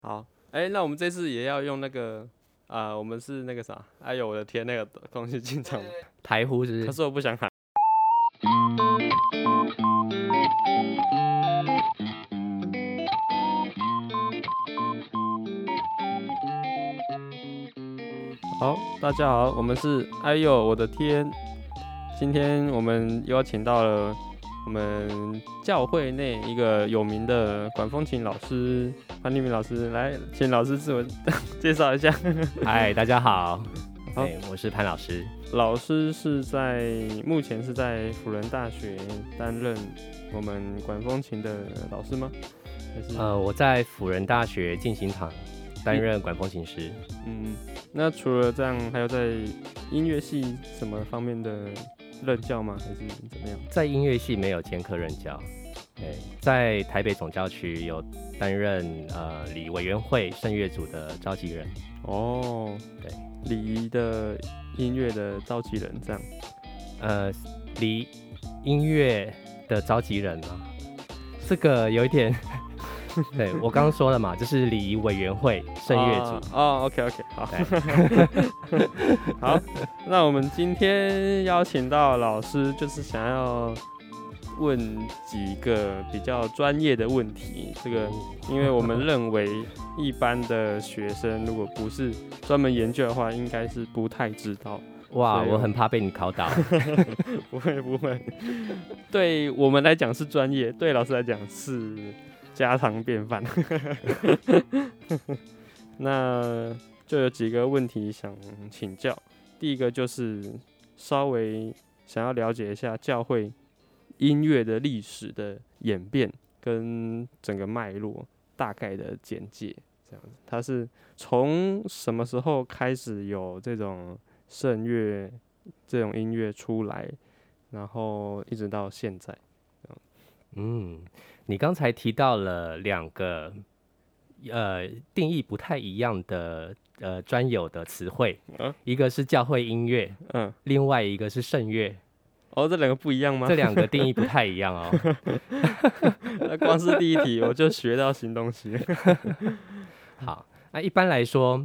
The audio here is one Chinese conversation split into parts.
好，那我们这次也要用那个我们是那个啥，哎呦我的天，那个东西进场， 台呼是不是？ 可是我不想喊。好，大家好，我们是哎呦我的天，今天我们邀请到了我们教会内一个有名的管风琴老师潘立明老师，来，请老师自我介绍一下。 嗨，大家好， 好我是潘老师。 老师是目前是在辅仁大学担任我们管风琴的老师吗？还是我在辅仁大学进行堂担任管风琴师。 那除了这样，还有在音乐系什么方面的任教吗？还是怎么样？ 在音乐系没有兼课任教。在台北总教区有担任礼仪委员会圣乐组的召集人。 哦， 对， 礼仪的音乐的召集人这样。 礼音乐的召集人嘛，这个有一点。对，我刚刚说了嘛，就是礼仪委员会圣乐组。 OK， 好。好，那我们今天邀请到老师，就是想要问几个比较专业的问题。这个，因为我们认为一般的学生如果不是专门研究的话，应该是不太知道。 哇，我很怕被你考倒。 不会，对我们来讲是专业，对老师来讲是家常便饭。那就有几个问题想请教。第一个就是稍微想要了解一下教会音乐的历史的演变跟整个脉络大概的简介，这样子。它是从什么时候开始有这种圣乐这种音乐出来，然后一直到现在？ 你刚才提到了两个定义不太一样的专有的词汇，一个是教会音乐，另外一个是圣乐。 这两个不一样吗？ 这两个定义不太一样哦。 那光是第一题我就学到新东西。 好，那一般来说，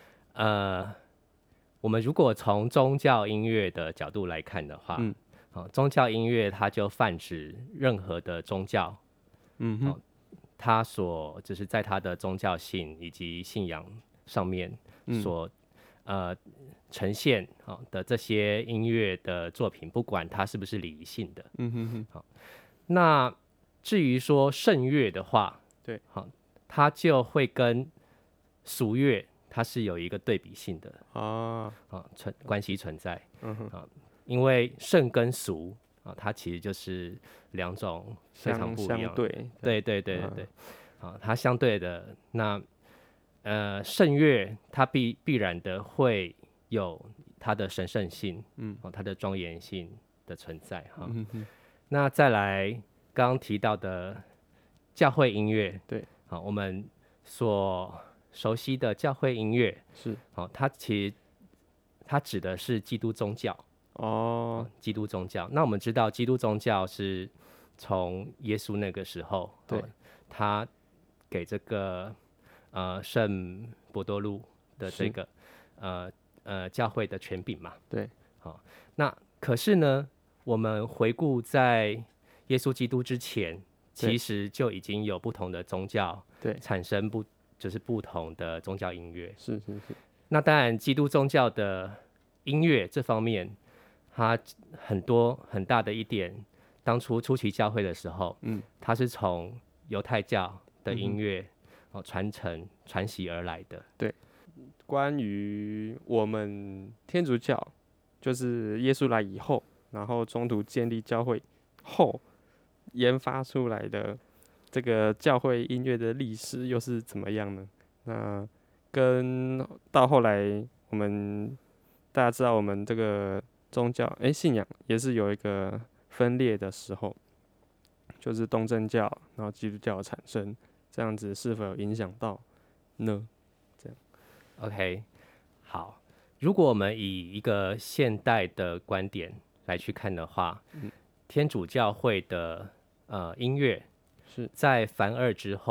我们如果从宗教音乐的角度来看的话，宗教音乐它就泛指任何的宗教，它所就是在它的宗教性以及信仰上面所呈现的这些音乐的作品，不管它是不是礼仪性的。那至于说圣乐的话， 对， 它就会跟俗乐它是有一个对比性的关系存在。因为圣跟俗它其实就是两种非常不一样的。对，它相对的，那圣乐它必然的会有它的神圣性，它的庄严性的存在。那再来刚刚提到的教会音乐， 对， 我们所熟悉的教会音乐是， 它其实它指的是基督宗教。基督宗教。那我们知道基督宗教是从耶稣那个时候，对，他给这个圣伯多禄的这个教会的权柄嘛。 对， 那可是呢，我们回顾在耶稣基督之前，其实就已经有不同的宗教产生就是不同的宗教音乐。 是。 那当然，基督宗教的音乐这方面，它很大的一点，当初初期教会的时候，它是从犹太教的音乐传习而来的。 对，关于我们天主教，就是耶稣来以后，然后中途建立教会后研发出来的这个教会音乐的历史又是怎么样呢？那跟到后来我们大家知道我们这个宗教信仰也是有一个分裂的时候，就是东正教然后基督教的产生，这样子是否有影响到呢？这样 OK， 好，如果我们以一个现代的观点来去看的话，天主教会的音乐是在梵二之后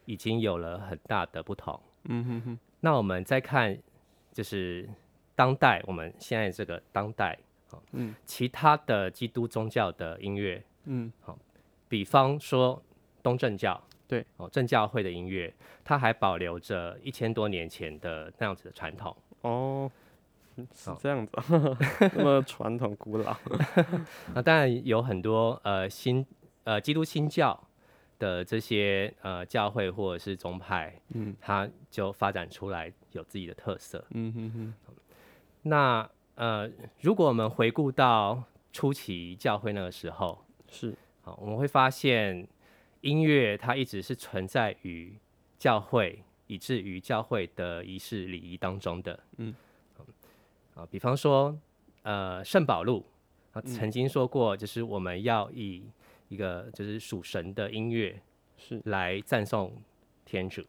已经有了很大的不同。 嗯哼哼。 那我们再看，就是当代，我们现在这个当代，其他的基督宗教的音乐，比方说东正教， 对， 正教会的音乐，它还保留着1000多年前的那样子的传统。 哦，是这样子，那么传统古老。 那当然有很多基督新教的这些教会或者是宗派，它就发展出来有自己的特色。那如果我们回顾到初期教会那个时候， 是， 我们会发现音乐它一直是存在于教会，以至于教会的仪式礼仪当中的。比方说圣保禄曾经说过，就是我们要以一个就是属神的音乐是来赞颂天主。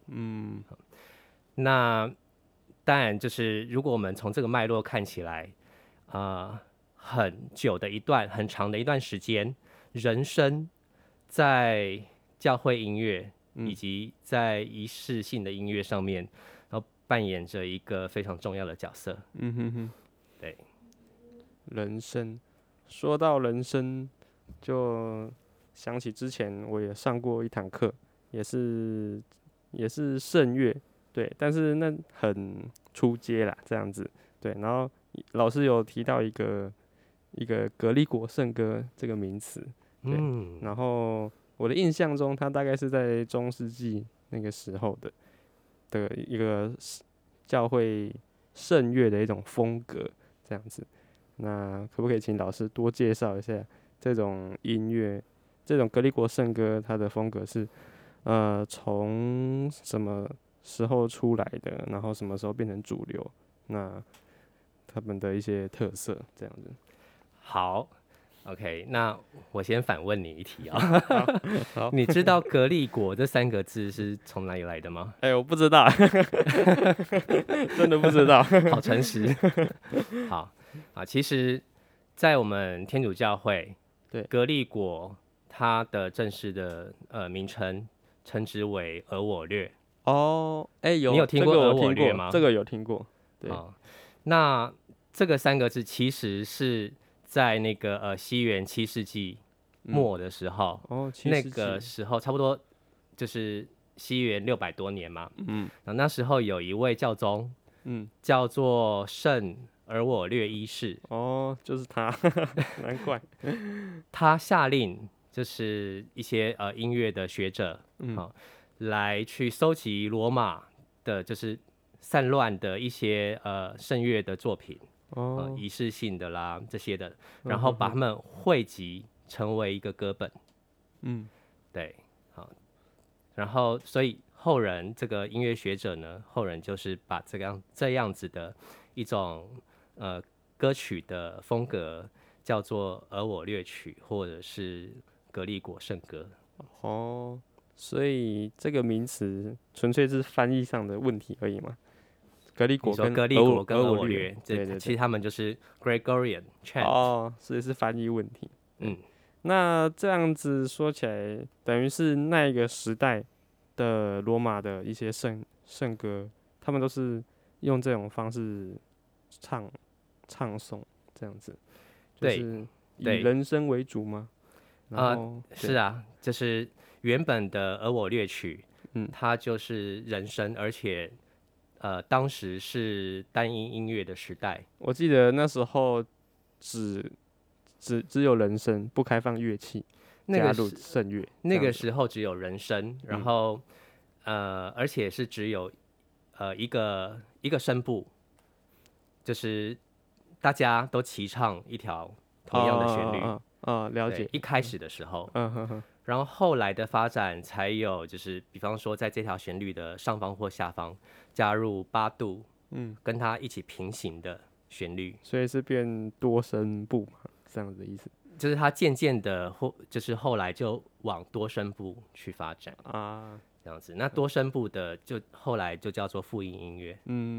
那当然就是如果我们从这个脉络看起来，很长的一段时间，人声在教会音乐以及在仪式性的音乐上面，然后扮演着一个非常重要的角色。对， 人声。说到人声，就想起之前我也上过一堂课，也是圣乐，对，但是那很初阶啦，这样子，对。然后老师有提到一个格利果圣歌这个名词，对。然后我的印象中，它大概是在中世纪那个时候的一个教会圣乐的一种风格，这样子。那可不可以请老师多介绍一下这种音乐，这种格利果圣歌它的风格是从什么时候出来的，然后什么时候变成主流？那他们的一些特色这样子。 好 ，OK， 那我先反问你一题啊、 好， 你知道格利果这3个字是从哪里来的吗？ 我不知道，真的不知道。 好诚实。好其实，在我们天主教会， 对， 格利果它的正式的名称称之为俄我略。 哦，你有听过俄我略吗？ 这个有听过。对， 那这个3个字其实是在那个西元7世纪末的时候，那个时候差不多就是西元600多年嘛。那时候有一位教宗，叫做圣而我略一世。 就是他，难怪。 他下令，就是一些音乐的学者，来去搜集罗马的，就是散乱的一些圣乐的作品，仪式性的啦这些的，然后把它们汇集成为一个歌本。对，好，然后所以后人这个音乐学者呢，后人就是把这样子的一种歌曲的风格叫做俄我略曲，或者是格利果圣歌。 所以这个名词纯粹是翻译上的问题而已嘛？格利果跟俄我略，对， 其实他们就是 Gregorian chant。 所以是翻译问题。那这样子说起来，等于是那一个时代的罗马的一些圣歌，他们都是用这种方式唱诵这样子，就是以人声为主吗？ 是啊，就是原本的俄我略曲，它就是人声，而且当时是单音音乐的时代。 我记得那时候只有人声，不开放乐器，加入圣乐。 那个时候只有人声，然后而且是只有一个声部，就是大家都齐唱一条同样的旋律。 了解。 一开始的时候，然后后来的发展才有，就是比方说在这条旋律的上方或下方加入8度，跟它一起平行的旋律， 所以是变多声部嘛，这样子的意思。 就是它渐渐的就是后来就往多声部去发展这样子。那多声部的就后来就叫做复音音乐。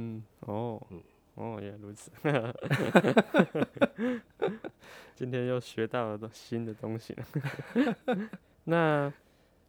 原来如此。今天又学到了新的东西了。那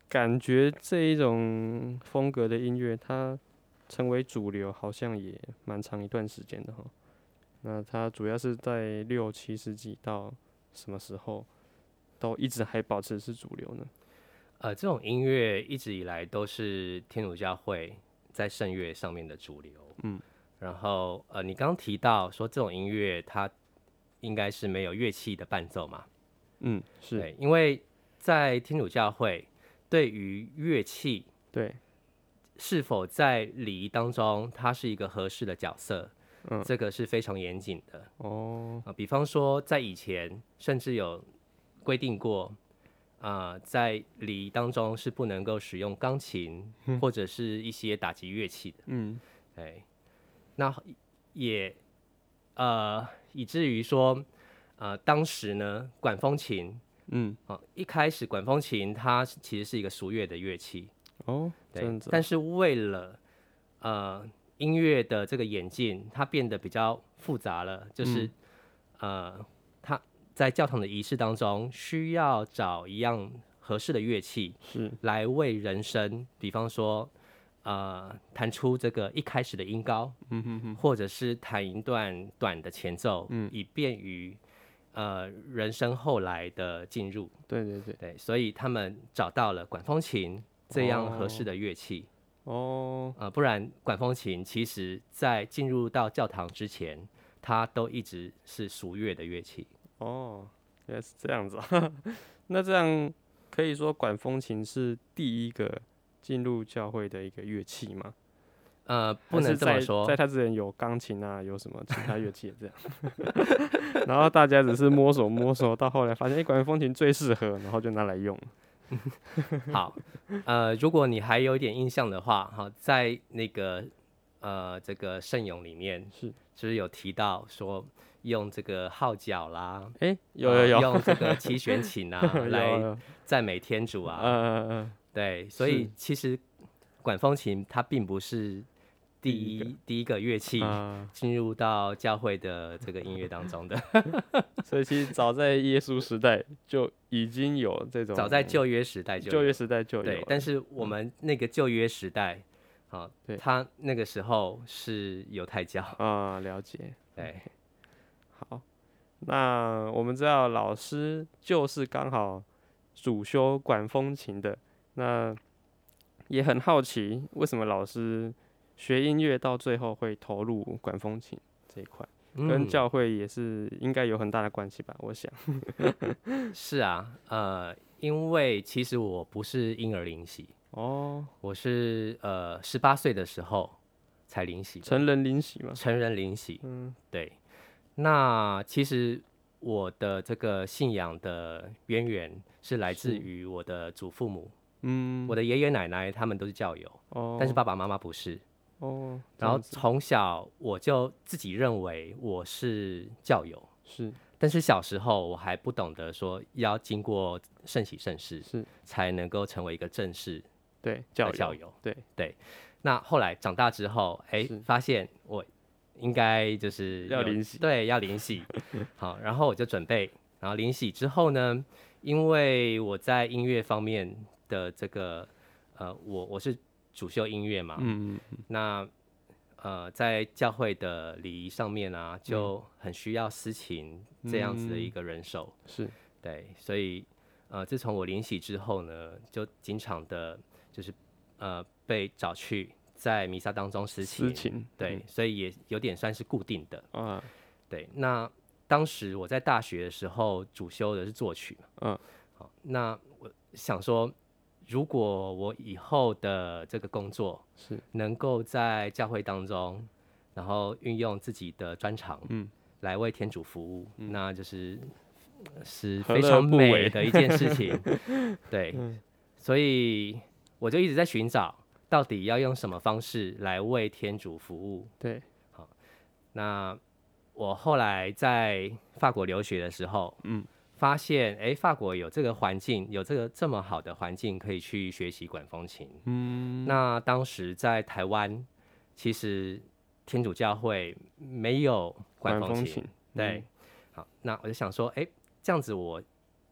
感觉这一种风格的音乐，它成为主流好像也蛮长一段时间的哈。那它主要是在6、7世纪到什么时候都一直还保持是主流呢？ 这种音乐一直以来都是天主教会在圣乐上面的主流。然后你刚刚提到说这种音乐它应该是没有乐器的伴奏嘛？ 是。 对，因为在天主教会对于乐器对是否在礼仪当中它是一个合适的角色，这个是非常严谨的。比方说在以前甚至有规定过。在礼仪当中是不能够使用钢琴或者是一些打击乐器的。那也以至于说，当时呢，管风琴，一开始管风琴它其实是一个俗乐的乐器。 这样子。 但是为了音乐的这个演进，它变得比较复杂了，就是它在教堂的仪式当中，需要找一样合适的乐器， 是来为人声，比方说，弹出这个一开始的音高，或者是弹一段短的前奏，以便于人声后来的进入。对，所以他们找到了管风琴这样合适的乐器。不然管风琴其实在进入到教堂之前，它都一直是俗乐的乐器。 原来是这样子啊。那这样可以说管风琴是第一个进入教会的一个乐器吗？ 不能这么说。 在他之前有钢琴啊，有什么其他乐器也这样。然后大家只是摸索，到后来发现，管风琴最适合，然后就拿来用。 好，如果你还有一点印象的话，在那个这个圣咏里面就是有提到说用这个号角啦， 有用这个七弦琴啊来赞美天主啊。对，所以其实管风琴它并不是第一个乐器进入到教会的这个音乐当中的。 所以其实早在耶稣时代就已经有这种， 早在旧约时代就有。对，但是我们那个旧约时代，他那个时候是犹太教。 了解。 对， 好，那我们知道老师就是刚好主修管风琴的，那也很好奇为什么老师学音乐到最后会投入管风琴这一块，跟教会也是应该有很大的关系吧？我想。 是啊，因为其实我不是婴儿灵洗，我是18岁的时候才灵洗， 成人灵洗嘛。 成人灵洗，对。那其实我的这个信仰的渊源是来自于我的祖父母，我的爷爷奶奶他们都是教友，但是爸爸妈妈不是。然后从小我就自己认为我是教友，但是小时候我还不懂得说要经过圣洗圣事，才能够成为一个正式的教友。对。那后来长大之后，发现我应该就是要灵洗， 对，要灵洗。好，然后我就准备，然后灵洗之后呢，因为我在音乐方面的这个，我是主修音乐嘛，那在教会的礼仪上面啊，就很需要司琴这样子的一个人手。对，所以自从我灵洗之后呢，就经常的就是被找去在弥撒当中司琴。对，所以也有点算是固定的。对，那当时我在大学的时候主修的是作曲嘛。好，那我想说，如果我以后的这个工作能够在教会当中，然后运用自己的专长，来为天主服务，那就是非常美的一件事情。对，所以我就一直在寻找，到底要用什么方式来为天主服务。 对， 好，那我后来在法国留学的时候，发现法国有这个环境，有这么好的环境可以去学习管风琴。那当时在台湾，其实天主教会没有管风琴。对，好，那我就想说，这样子我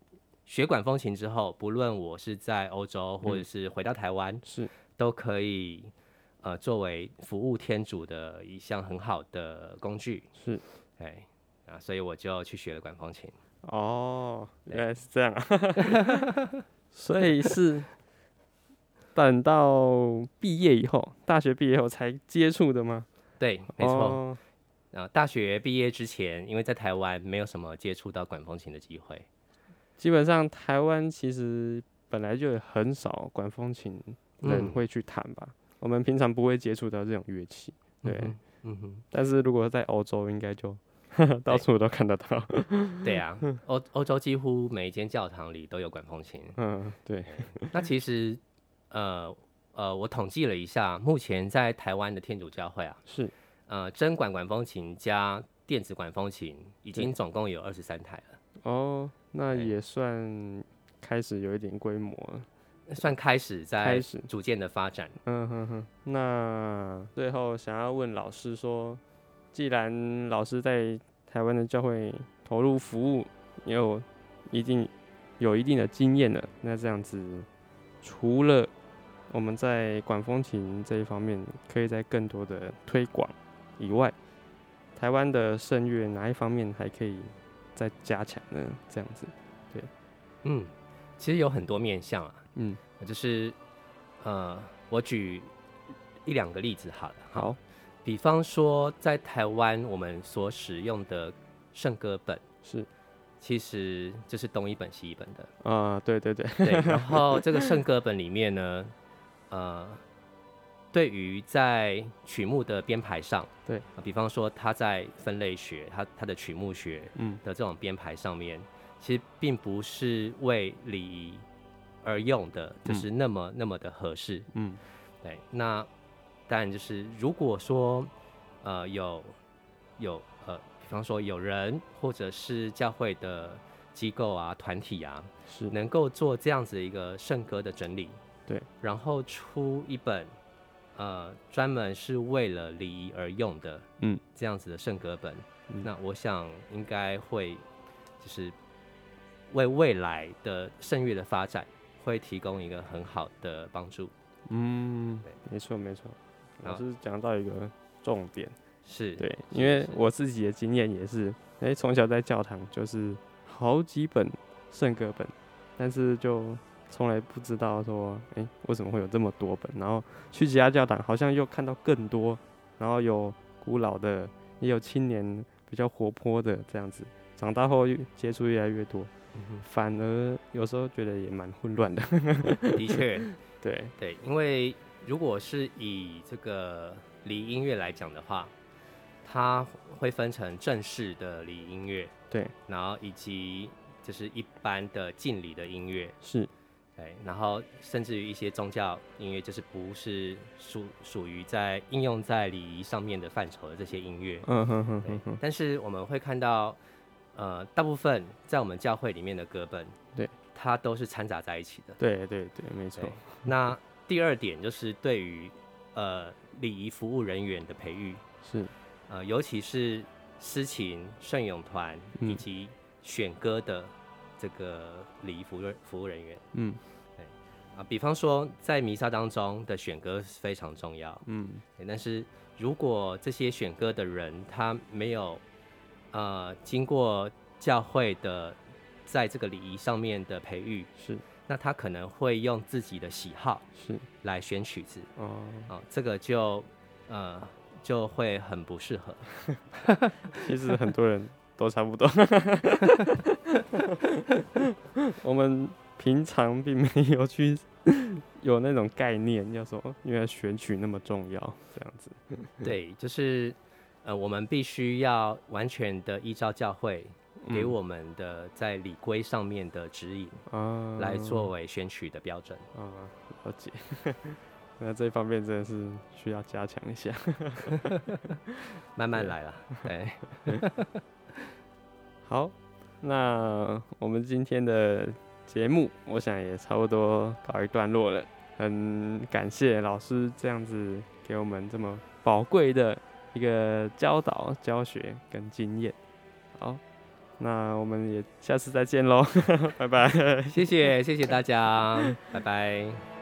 学管风琴之后，不论我是在欧洲或者是回到台湾， 是都可以作为服务天主的一项很好的工具。 是， 哎所以我就去学了管风琴。 哦，原来是这样啊，所以是等到毕业以后，大学毕业后才接触的吗？ 对，没错。大学毕业之前，因为在台湾没有什么接触到管风琴的机会。 基本上台湾其实本来就很少管风琴人会去弹吧，我们平常不会接触到这种乐器，对，但是如果在欧洲，应该就到处都看得到。 对啊，欧洲几乎每一间教堂里都有管风琴。 对。 那其实，我统计了一下，目前在台湾的天主教会啊， 是， 真管风琴加电子管风琴，已经总共有23台了。 哦，那也算开始有一点规模了， 算开始逐渐的发展。 那最后想要问老师说，既然老师在台湾的教会投入服务，也有一定的经验了，那这样子，除了我们在管风琴这一方面可以在更多的推广以外，台湾的圣乐哪一方面还可以再加强呢？这样子，对， 其实有很多面向啊，就是我举1-2个例子好了。 好， 比方说在台湾我们所使用的圣歌本是， 其实就是东一本西一本的对， 然后这个圣歌本里面呢，对于在曲目的编排上， 对， 比方说它在分类学，它的曲目学的这种编排上面，其实并不是为礼仪而用的，就是那么的合适。对，那当然就是如果说比方说有人或者是教会的机构啊、团体啊， 是能够做这样子一个圣歌的整理， 对， 然后出一本专门是为了礼仪而用的这样子的圣歌本，那我想应该会就是为未来的圣乐的发展会提供一个很好的帮助。 没错，老师讲到一个重点， 是对，因为我自己的经验也是，从小在教堂就是好几本圣歌本，但是就从来不知道说，为什么会有这么多本？然后去其他教堂好像又看到更多，然后有古老的，也有青年比较活泼的这样子。长大后接触越来越多，反而有时候觉得也蛮混乱的。 的确， 对， 因为如果是以这个礼仪音乐来讲的话，它会分成正式的礼仪音乐， 对， 然后以及就是一般的敬礼的音乐， 是， 对，然后甚至于一些宗教音乐，就是不是属于在应用在礼仪上面的范畴的这些音乐，但是我们会看到，大部分在我们教会里面的歌本， 对， 它都是掺杂在一起的， 对，没错。 那第二点就是对于礼仪服务人员的培育， 是， 尤其是司琴、圣咏团以及选歌的这个礼仪服务人员，比方说在弥撒当中的选歌非常重要，但是如果这些选歌的人他没有经过教会的在这个礼仪上面的培育， 是， 那他可能会用自己的喜好是来选曲子，这个就会很不适合。 其实很多人都差不多。我们平常并没有去有那种概念，要说原来选曲那么重要，这样子。 对，就是我们必须要完全的依照教会给我们的在礼规上面的指引，来作为选曲的标准。 了解。那这方面真的是需要加强一下。 慢慢来啦。对。 好，那我们今天的节目，我想也差不多告一段落了。很感谢老师这样子给我们这么宝贵的一个教导、教学跟经验。好， 那我们也下次再见喽，拜拜。 谢谢大家，拜拜。